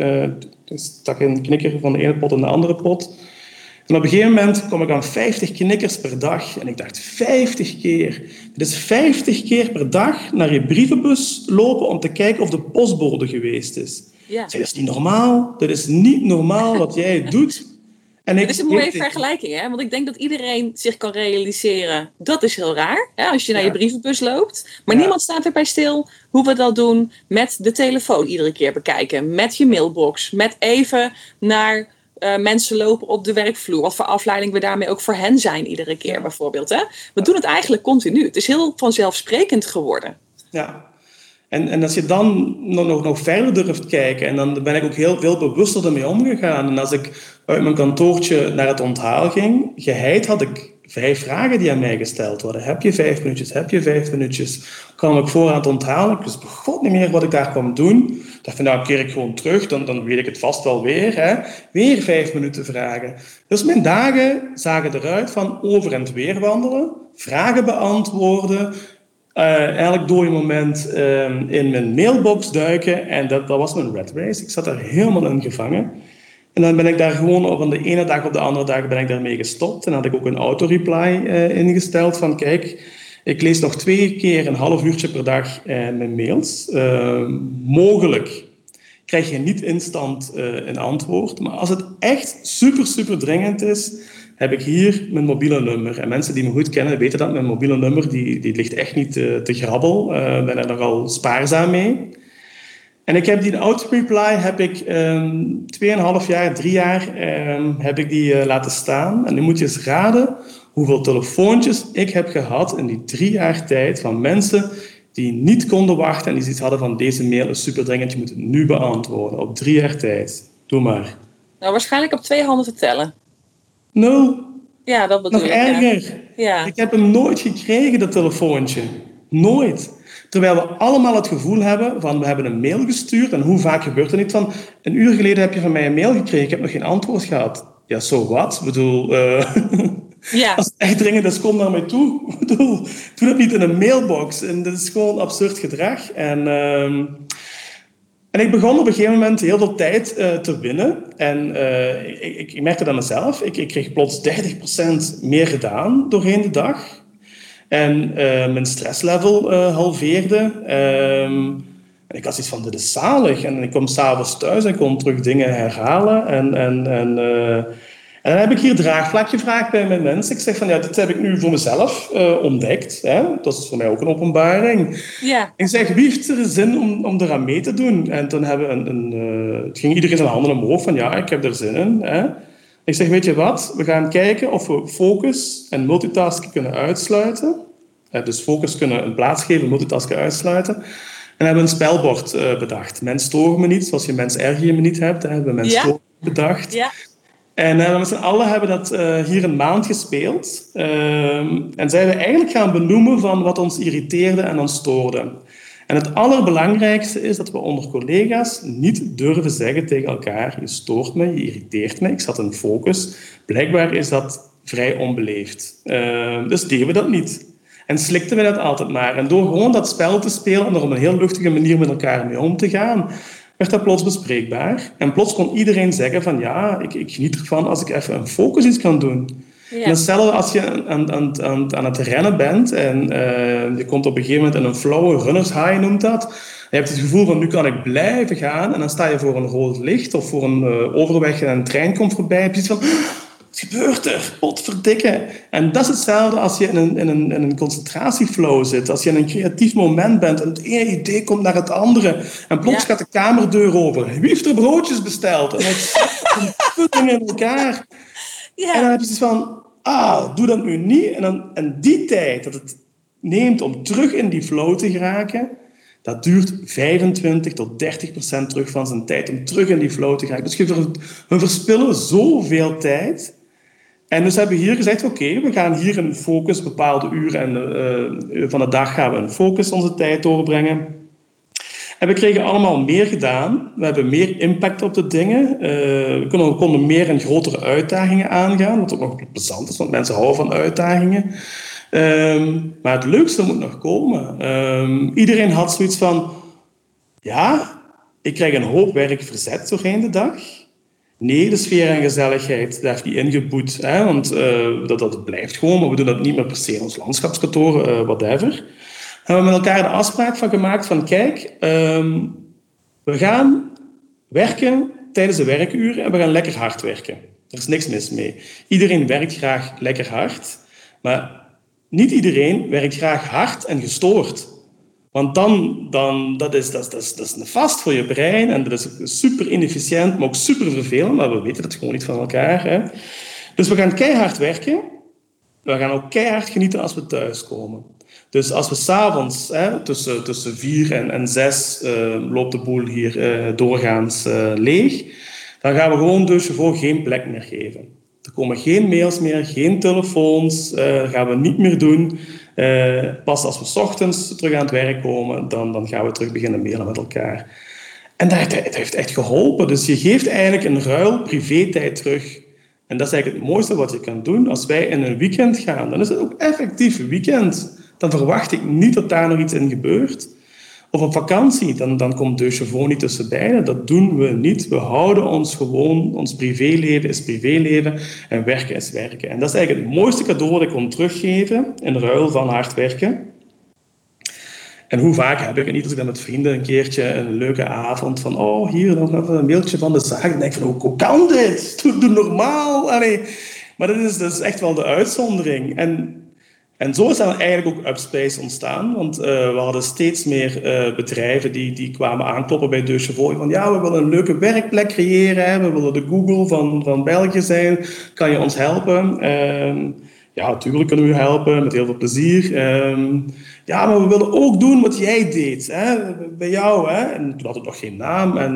stak een knikker van de ene pot in de andere pot. En op een gegeven moment kwam ik aan 50 knikkers per dag. En ik dacht, 50 keer. Het is 50 keer per dag naar je brievenbus lopen om te kijken of de postbode geweest is. Ja. Dat is niet normaal. Dat is niet normaal wat jij doet. Het is een mooie vergelijking, hè? Want ik denk dat iedereen zich kan realiseren. Dat is heel raar, hè? Als je naar je brievenbus loopt. Maar niemand staat erbij stil hoe we dat doen met de telefoon iedere keer bekijken. Met je mailbox. Met even naar mensen lopen op de werkvloer. Wat voor afleiding we daarmee ook voor hen zijn iedere keer bijvoorbeeld. Hè? We doen het eigenlijk continu. Het is heel vanzelfsprekend geworden. Ja. En als je dan nog verder durft kijken, en dan ben ik ook heel veel bewuster ermee omgegaan. En als ik uit mijn kantoortje naar het onthaal ging, geheid had ik 5 vragen die aan mij gesteld worden. Heb je 5 minuutjes? Heb je 5 minuutjes? Kwam ik voor aan het onthalen. Ik wist begot niet meer wat ik daar kwam doen. Ik dacht van, keer ik gewoon terug, dan weet ik het vast wel weer. Hè? Weer 5 minuten vragen. Dus mijn dagen zagen eruit van over en weer wandelen, vragen beantwoorden, eigenlijk door je moment in mijn mailbox duiken. En dat was mijn rat race. Ik zat daar helemaal in gevangen. En dan ben ik daar gewoon van de ene dag op de andere dag ben ik daarmee gestopt. En had ik ook een auto-reply ingesteld van kijk, ik lees nog 2 keer een half uurtje per dag mijn mails. Mogelijk krijg je niet instant een antwoord. Maar als het echt super, super dringend is, heb ik hier mijn mobiele nummer. En mensen die me goed kennen weten dat mijn mobiele nummer, die ligt echt niet te grabbel. Ik ben er nogal spaarzaam mee. En ik heb die auto-reply heb ik 2,5 jaar, 3 jaar heb ik die laten staan. En nu moet je eens raden hoeveel telefoontjes ik heb gehad in die 3 jaar tijd van mensen die niet konden wachten en die zoiets hadden van deze mail is super dringend, je moet het nu beantwoorden. Op 3 jaar tijd. Doe maar. Nou, waarschijnlijk op 2 handen te tellen. 0. Ja, dat bedoel ik. Nog erger. Ja. Ik heb hem nooit gekregen, dat telefoontje. Nooit. Terwijl we allemaal het gevoel hebben van we hebben een mail gestuurd en hoe vaak gebeurt er niet van 1 uur geleden heb je van mij een mail gekregen, ik heb nog geen antwoord gehad. Ja, so what? Ik bedoel, als het echt dringend is, kom naar mij toe. Ik bedoel, doe dat niet in een mailbox. En dat is gewoon absurd gedrag. En ik begon op een gegeven moment heel veel tijd te winnen. En ik merkte dat mezelf. Ik kreeg plots 30% meer gedaan doorheen de dag. En mijn stresslevel halveerde. En ik had zoiets van, dit is zalig. En ik kwam 's avonds thuis en kon terug dingen herhalen. En dan heb ik hier draagvlak gevraagd bij mijn mensen. Ik zeg van, ja, dit heb ik nu voor mezelf ontdekt. Hè? Dat is voor mij ook een openbaring. Ja. Ik zeg, wie heeft er zin om eraan mee te doen? En toen hebben het ging iedereen zijn handen omhoog van, ja, ik heb er zin in. Hè? Ik zeg, weet je wat? We gaan kijken of we focus en multitasken kunnen uitsluiten. Dus focus kunnen een plaats geven, multitasken uitsluiten. En hebben we een spelbord bedacht. Mens storen me niet, zoals je mens erger je me niet hebt. Hebben we mens storen me bedacht. Ja. En met z'n allen hebben dat hier een maand gespeeld. En zijn we eigenlijk gaan benoemen van wat ons irriteerde en ons stoorde. En het allerbelangrijkste is dat we onder collega's niet durven zeggen tegen elkaar: je stoort me, je irriteert me, ik zat in focus. Blijkbaar is dat vrij onbeleefd. Dus deden we dat niet. En slikten we dat altijd maar. En door gewoon dat spel te spelen en er op een heel luchtige manier met elkaar mee om te gaan, werd dat plots bespreekbaar. En plots kon iedereen zeggen van ja, ik geniet ervan als ik even een focus iets kan doen. Ja. En hetzelfde als je aan het rennen bent en je komt op een gegeven moment in een flow, een runners high noemt dat. Je hebt het gevoel van nu kan ik blijven gaan en dan sta je voor een rood licht of voor een overweg en een trein komt voorbij. Heb je zoiets van, wat gebeurt er? Potverdikke. En dat is hetzelfde als je in een concentratieflow zit. Als je in een creatief moment bent en het ene idee komt naar het andere. En plots gaat de kamerdeur over. Wie heeft er broodjes besteld? En het putten in elkaar. Ja. En dan heb je zoiets van, doe dat nu niet. En die tijd dat het neemt om terug in die flow te geraken, dat duurt 25 tot 30% terug van zijn tijd om terug in die flow te geraken. Dus we verspillen zoveel tijd. En dus hebben we hier gezegd, oké, we gaan hier een focus, bepaalde uren van de dag gaan we een focus onze tijd doorbrengen. En we kregen allemaal meer gedaan. We hebben meer impact op de dingen. We konden meer en grotere uitdagingen aangaan, wat ook nog plezant is, want mensen houden van uitdagingen. Maar het leukste moet nog komen. Iedereen had zoiets van, ja, ik krijg een hoop werk verzet doorheen de dag. Nee, de sfeer en gezelligheid, daar heeft die ingeboet. Hè, want dat blijft gewoon, maar we doen dat niet meer per se in ons landschapskantoor, whatever. En we hebben met elkaar de afspraak van gemaakt van, kijk, we gaan werken tijdens de werkuren en we gaan lekker hard werken. Er is niks mis mee. Iedereen werkt graag lekker hard, maar niet iedereen werkt graag hard en gestoord. Want dat is nefast voor je brein en dat is super inefficiënt, maar ook super vervelend, maar we weten het gewoon niet van elkaar. Hè. Dus we gaan keihard werken. We gaan ook keihard genieten als we thuiskomen. Dus als we s'avonds tussen 4 en 6 loopt de boel hier doorgaans leeg, dan gaan we gewoon de chauffeur geen plek meer geven. Er komen geen mails meer, geen telefoons, dat gaan we niet meer doen. Pas als we 's ochtends terug aan het werk komen, dan gaan we terug beginnen mailen met elkaar. En dat heeft echt geholpen. Dus je geeft eigenlijk een ruil privé-tijd terug. En dat is eigenlijk het mooiste wat je kan doen. Als wij in een weekend gaan, dan is het ook effectief weekend. Dan verwacht ik niet dat daar nog iets in gebeurt. Of op vakantie, dan komt de chauffeur niet tussen beiden. Dat doen we niet. We houden ons gewoon, ons privéleven is privéleven en werken is werken. En dat is eigenlijk het mooiste cadeau dat ik kon teruggeven in ruil van hard werken. En hoe vaak heb ik het niet als ik dan met vrienden een keertje een leuke avond van hier nog even een mailtje van de zaak. Dan denk ik van, hoe kan dit? Doe normaal. Allee. Maar dat is echt wel de uitzondering. En zo is dan eigenlijk ook Upspace ontstaan. Want we hadden steeds meer bedrijven die kwamen aankloppen bij De Chauffeur. Van ja, we willen een leuke werkplek creëren. Hè. We willen de Google van België zijn. Kan je ons helpen? Ja, natuurlijk kunnen we u helpen. Met heel veel plezier. Ja, maar we willen ook doen wat jij deed. Hè, bij jou. Hè. En toen had het nog geen naam. En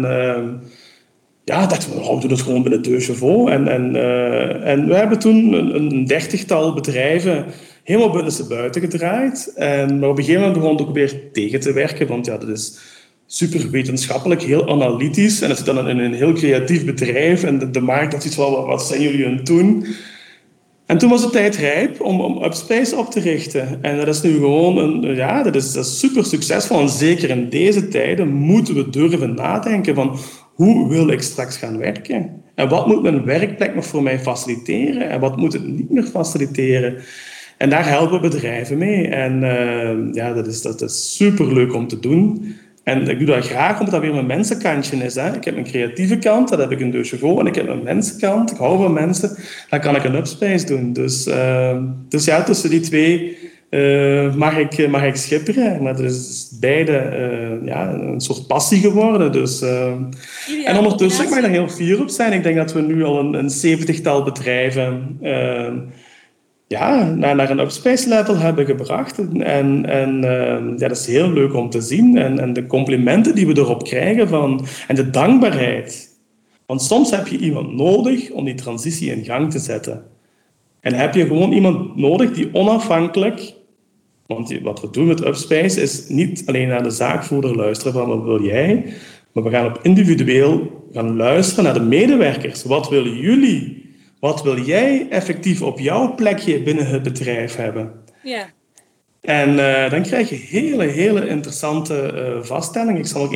dachten we doen het gewoon binnen De Chauffeur. En we hebben toen een 30-tal bedrijven helemaal binnen buiten gedraaid. Maar op een gegeven moment begon het ook weer tegen te werken. Want ja, dat is super wetenschappelijk, heel analytisch. En het is dan in een heel creatief bedrijf. En de markt had iets van, wat zijn jullie aan het doen? En toen was de tijd rijp om Upspace op te richten. En dat is nu gewoon dat is super succesvol. En zeker in deze tijden moeten we durven nadenken van, hoe wil ik straks gaan werken? En wat moet mijn werkplek nog voor mij faciliteren? En wat moet het niet meer faciliteren? En daar helpen bedrijven mee. En dat is superleuk om te doen. En ik doe dat graag, omdat dat weer mijn mensenkantje is. Hè. Ik heb mijn creatieve kant, dat heb ik in De Chevaux. En ik heb mijn mensenkant, ik hou van mensen. Dan kan ik een Upspace doen. Dus ja, tussen die twee mag ik schipperen. Maar het is beide een soort passie geworden. Dus, en ondertussen, ik mag daar heel fier op zijn. Ik denk dat we nu al een 70-tal bedrijven naar een Upspace level hebben gebracht. En dat is heel leuk om te zien. En de complimenten die we erop krijgen en de dankbaarheid. Want soms heb je iemand nodig om die transitie in gang te zetten. En heb je gewoon iemand nodig die onafhankelijk... Want wat we doen met Upspace is niet alleen naar de zaakvoerder luisteren van wat wil jij, maar we gaan op individueel gaan luisteren naar de medewerkers. Wat willen jullie? Wat wil jij effectief op jouw plekje binnen het bedrijf hebben? Ja. En dan krijg je hele interessante vaststellingen. Ik zal ook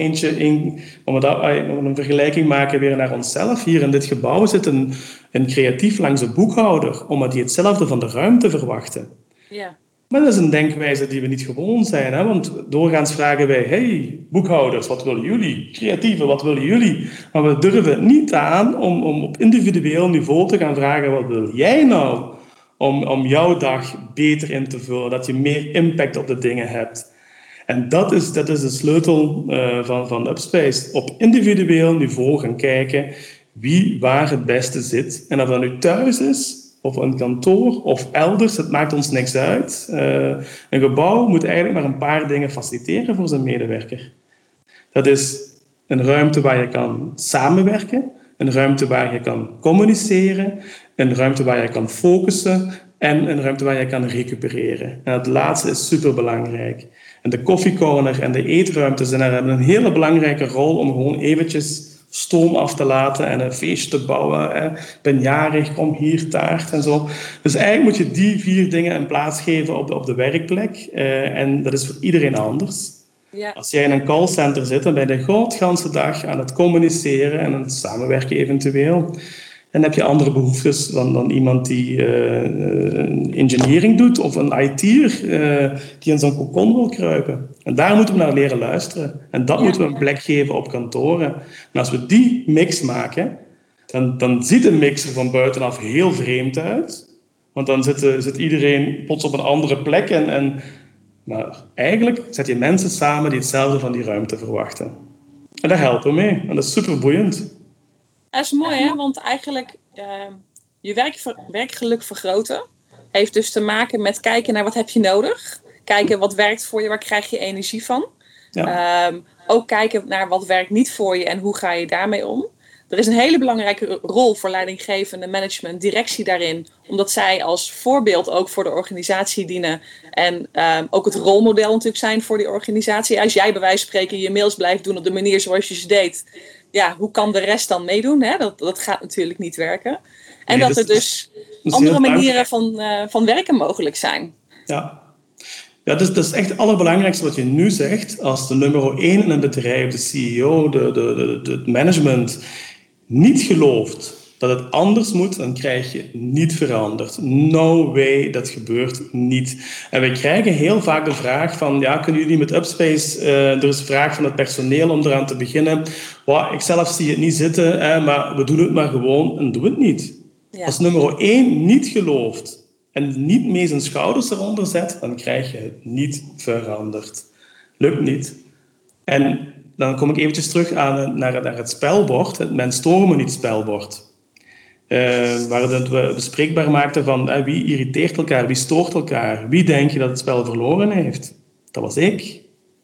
om een vergelijking maken weer naar onszelf. Hier in dit gebouw zit een creatief langs de boekhouder, omdat die hetzelfde van de ruimte verwachten. Ja. Maar dat is een denkwijze die we niet gewoon zijn. Hè? Want doorgaans vragen wij, hey, boekhouders, wat willen jullie? Creatieven, wat willen jullie? Maar we durven het niet aan om op individueel niveau te gaan vragen, wat wil jij nou? Om jouw dag beter in te vullen, dat je meer impact op de dingen hebt. En dat is de sleutel van Upspace. Op individueel niveau gaan kijken wie waar het beste zit. En of dat nu thuis is, of een kantoor, of elders, het maakt ons niks uit. Een gebouw moet eigenlijk maar een paar dingen faciliteren voor zijn medewerker. Dat is een ruimte waar je kan samenwerken, een ruimte waar je kan communiceren, een ruimte waar je kan focussen en een ruimte waar je kan recupereren. En het laatste is superbelangrijk. En de koffiecorner en de eetruimtes hebben een hele belangrijke rol om gewoon eventjes stoom af te laten en een feestje te bouwen. Ik ben jarig, kom hier, taart en zo. Dus eigenlijk moet je die 4 dingen een plaats geven op de werkplek. En dat is voor iedereen anders. Ja. Als jij in een callcenter zit, dan ben je de godganse dag aan het communiceren en aan het samenwerken eventueel. En heb je andere behoeftes dan iemand die engineering doet of een IT'er die in zo'n cocon wil kruipen. En daar moeten we naar leren luisteren. En dat moeten we een plek geven op kantoren. En als we die mix maken, dan ziet de mix er van buitenaf heel vreemd uit. Want dan zit iedereen plots op een andere plek. Maar eigenlijk zet je mensen samen die hetzelfde van die ruimte verwachten. En daar helpen we mee. En dat is super boeiend. Dat is mooi, hè? Want eigenlijk je werkgeluk vergroten heeft dus te maken met kijken naar wat heb je nodig. Kijken wat werkt voor je, waar krijg je energie van. Ja. Ook kijken naar wat werkt niet voor je en hoe ga je daarmee om. Er is een hele belangrijke rol voor leidinggevende management, directie daarin. Omdat zij als voorbeeld ook voor de organisatie dienen. En ook het rolmodel natuurlijk zijn voor die organisatie. Als jij bij wijze van spreken je mails blijft doen op de manier zoals je ze deed. Ja, hoe kan de rest dan meedoen? Hè? Dat gaat natuurlijk niet werken. En dat er dus andere manieren van werken mogelijk zijn. Ja. Ja, dat is echt het allerbelangrijkste wat je nu zegt. Als de nummer 1 in een bedrijf, de CEO, het management, niet gelooft dat het anders moet, dan krijg je niet veranderd. No way, dat gebeurt niet. En we krijgen heel vaak de vraag van, ja, kunnen jullie met Upspace, er is een vraag van het personeel om eraan te beginnen. Ik zelf zie het niet zitten, maar we doen het maar gewoon en doen het niet. Ja. Als nummer 1 niet gelooft en niet mee zijn schouders eronder zet, dan krijg je het niet veranderd. Lukt niet. En dan kom ik eventjes terug naar het spelbord, het men storen me niet spelbord. Waar we bespreekbaar maakten van wie irriteert elkaar, wie stoort elkaar, wie denk je dat het spel verloren heeft. Dat was ik.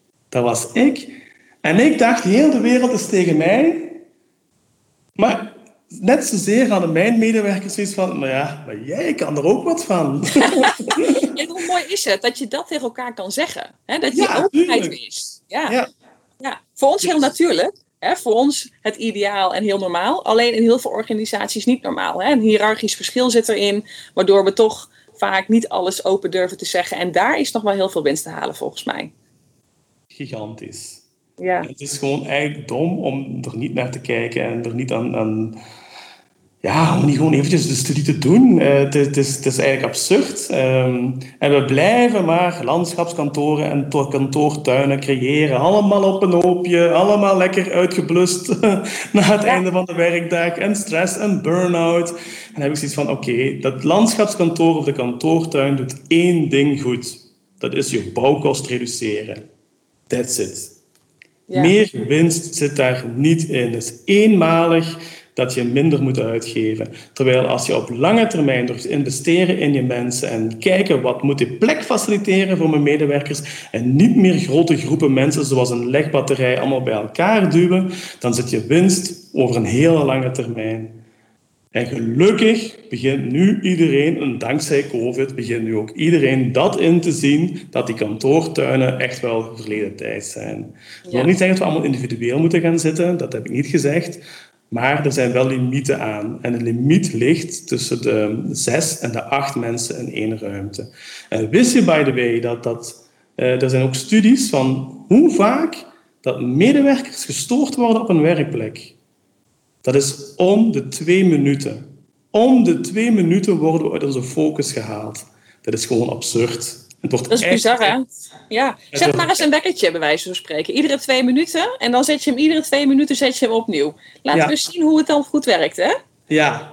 En ik dacht, heel de wereld is tegen mij. Maar net zozeer hadden mijn medewerkers zoiets van, maar jij kan er ook wat van. En hoe mooi is het dat je dat tegen elkaar kan zeggen? Hè? Dat die openheid is. Ja. Voor ons heel natuurlijk. Hè? Voor ons het ideaal en heel normaal. Alleen in heel veel organisaties niet normaal. Hè? Een hiërarchisch verschil zit erin. Waardoor we toch vaak niet alles open durven te zeggen. En daar is nog wel heel veel winst te halen volgens mij. Gigantisch. Ja. Het is gewoon eigenlijk dom om er niet naar te kijken. En er niet aan om niet gewoon eventjes de studie te doen. Het is eigenlijk absurd. En we blijven maar landschapskantoren en kantoortuinen creëren. Allemaal op een hoopje, allemaal lekker uitgeblust na het einde van de werkdag. En stress en burn-out. En dan heb ik zoiets van, oké, dat landschapskantoor of de kantoortuin doet één ding goed. Dat is je bouwkost reduceren. That's it. Ja. Meer winst zit daar niet in. Het is eenmalig dat je minder moet uitgeven. Terwijl als je op lange termijn door te investeren in je mensen en kijken wat moet die plek faciliteren voor mijn medewerkers en niet meer grote groepen mensen zoals een legbatterij allemaal bij elkaar duwen, dan zit je winst over een hele lange termijn. En gelukkig begint nu iedereen, en dankzij COVID, begint nu ook iedereen dat in te zien, dat die kantoortuinen echt wel verleden tijd zijn. Ik wil niet zeggen dat we allemaal individueel moeten gaan zitten, dat heb ik niet gezegd. Maar er zijn wel limieten aan. En de limiet ligt tussen de 6 en de 8 mensen in één ruimte. En wist je, by the way, dat er zijn ook studies van hoe vaak dat medewerkers gestoord worden op een werkplek. Dat is om de 2 minuten. Om de 2 minuten worden we uit onze focus gehaald. Dat is gewoon absurd. Dat is bizar, hè? Ja. Zet maar eens een wekkertje, bij wijze van spreken. Iedere 2 minuten. En dan zet je hem iedere 2 minuten opnieuw. Laten we eens zien hoe het dan goed werkt, hè? Ja.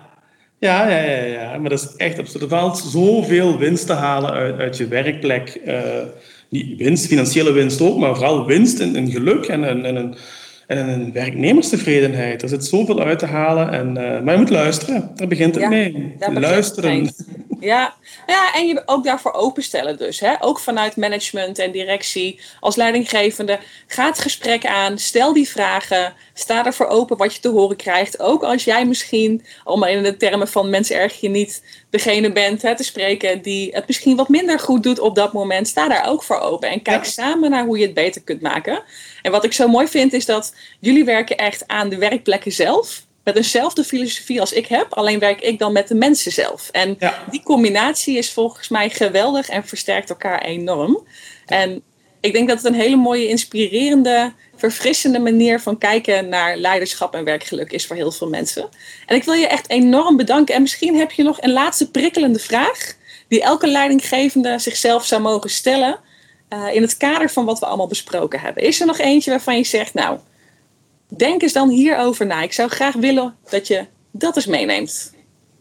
Maar dat is echt absurd. Er valt zoveel winst te halen uit je werkplek. Niet winst, financiële winst ook, maar vooral winst in geluk en een werknemerstevredenheid. Er zit zoveel uit te halen. Maar je moet luisteren. Daar begint het mee. Luisteren. Ja, en je ook daarvoor openstellen dus. Hè? Ook vanuit management en directie. Als leidinggevende, ga het gesprek aan. Stel die vragen. Sta ervoor open wat je te horen krijgt. Ook als jij misschien, allemaal in de termen van mensen erg je niet, degene bent te spreken die het misschien wat minder goed doet op dat moment. Sta daar ook voor open. En kijk samen naar hoe je het beter kunt maken. En wat ik zo mooi vind is dat jullie werken echt aan de werkplekken zelf. Met eenzelfde filosofie als ik heb, alleen werk ik dan met de mensen zelf. En die combinatie is volgens mij geweldig en versterkt elkaar enorm. En ik denk dat het een hele mooie, inspirerende, verfrissende manier van kijken naar leiderschap en werkgeluk is voor heel veel mensen. En ik wil je echt enorm bedanken. En misschien heb je nog een laatste prikkelende vraag die elke leidinggevende zichzelf zou mogen stellen in het kader van wat we allemaal besproken hebben. Is er nog eentje waarvan je zegt, nou, denk eens dan hierover na. Ik zou graag willen dat je dat eens meeneemt.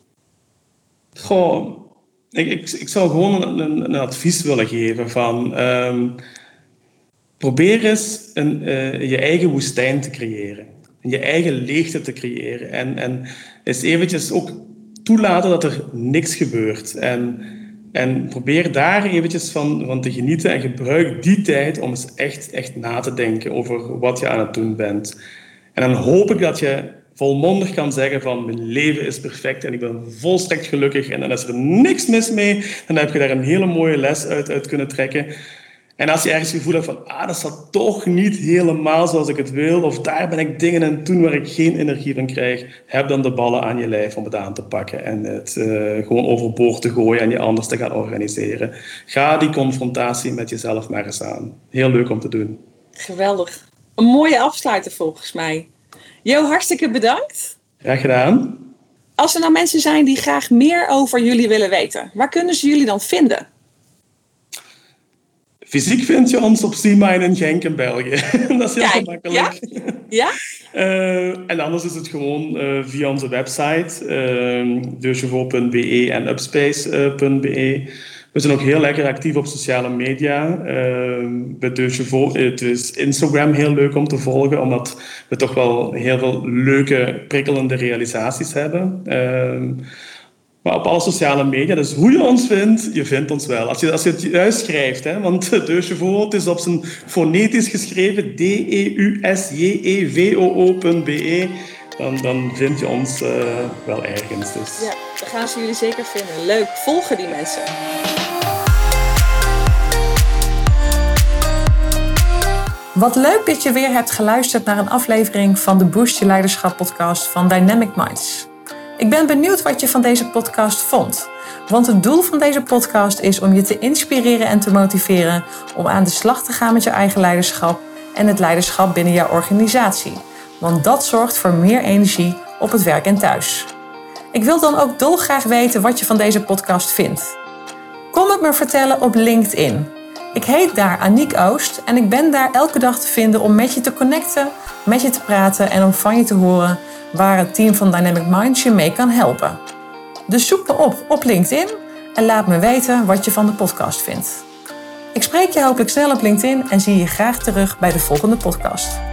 Goh, ik zou gewoon een advies willen geven van probeer eens je eigen woestijn te creëren. Je eigen leegte te creëren. En eens eventjes ook toelaten dat er niks gebeurt. En probeer daar eventjes van te genieten en gebruik die tijd om eens echt na te denken over wat je aan het doen bent. En dan hoop ik dat je volmondig kan zeggen van mijn leven is perfect en ik ben volstrekt gelukkig en dan is er niks mis mee. Dan heb je daar een hele mooie les uit kunnen trekken. En als je ergens het gevoel hebt van dat zat toch niet helemaal zoals ik het wil, of daar ben ik dingen aan het doen waar ik geen energie van krijg, heb dan de ballen aan je lijf om het aan te pakken en het gewoon overboord te gooien en je anders te gaan organiseren. Ga die confrontatie met jezelf maar eens aan. Heel leuk om te doen. Geweldig. Een mooie afsluiter volgens mij. Jo, hartstikke bedankt. Graag gedaan. Als er nou mensen zijn die graag meer over jullie willen weten, waar kunnen ze jullie dan vinden? Fysiek vind je ons op Seamine in Genk in België. Dat is heel gemakkelijk. Ja? En anders is het gewoon via onze website dechevaux.be en upspace.be. We zijn ook heel lekker actief op sociale media. Bij De Chevaux, het is Instagram heel leuk om te volgen, omdat we toch wel heel veel leuke, prikkelende realisaties hebben. Maar op alle sociale media, dus hoe je ons vindt, je vindt ons wel. Als je het juist schrijft, hè, want De Chevaux, het is op zijn fonetisch geschreven, deusjevoo.be, dan vind je ons wel ergens. Dus. Ja, dan gaan ze jullie zeker vinden. Leuk, volgen die mensen. Wat leuk dat je weer hebt geluisterd naar een aflevering van de Boost Je Leiderschap podcast van Dynamic Minds. Ik ben benieuwd wat je van deze podcast vond. Want het doel van deze podcast is om je te inspireren en te motiveren om aan de slag te gaan met je eigen leiderschap en het leiderschap binnen jouw organisatie. Want dat zorgt voor meer energie op het werk en thuis. Ik wil dan ook dolgraag weten wat je van deze podcast vindt. Kom het me vertellen op LinkedIn. Ik heet daar Aniek Oost en ik ben daar elke dag te vinden om met je te connecten, met je te praten en om van je te horen waar het team van Dynamic Minds je mee kan helpen. Dus zoek me op LinkedIn en laat me weten wat je van de podcast vindt. Ik spreek je hopelijk snel op LinkedIn en zie je graag terug bij de volgende podcast.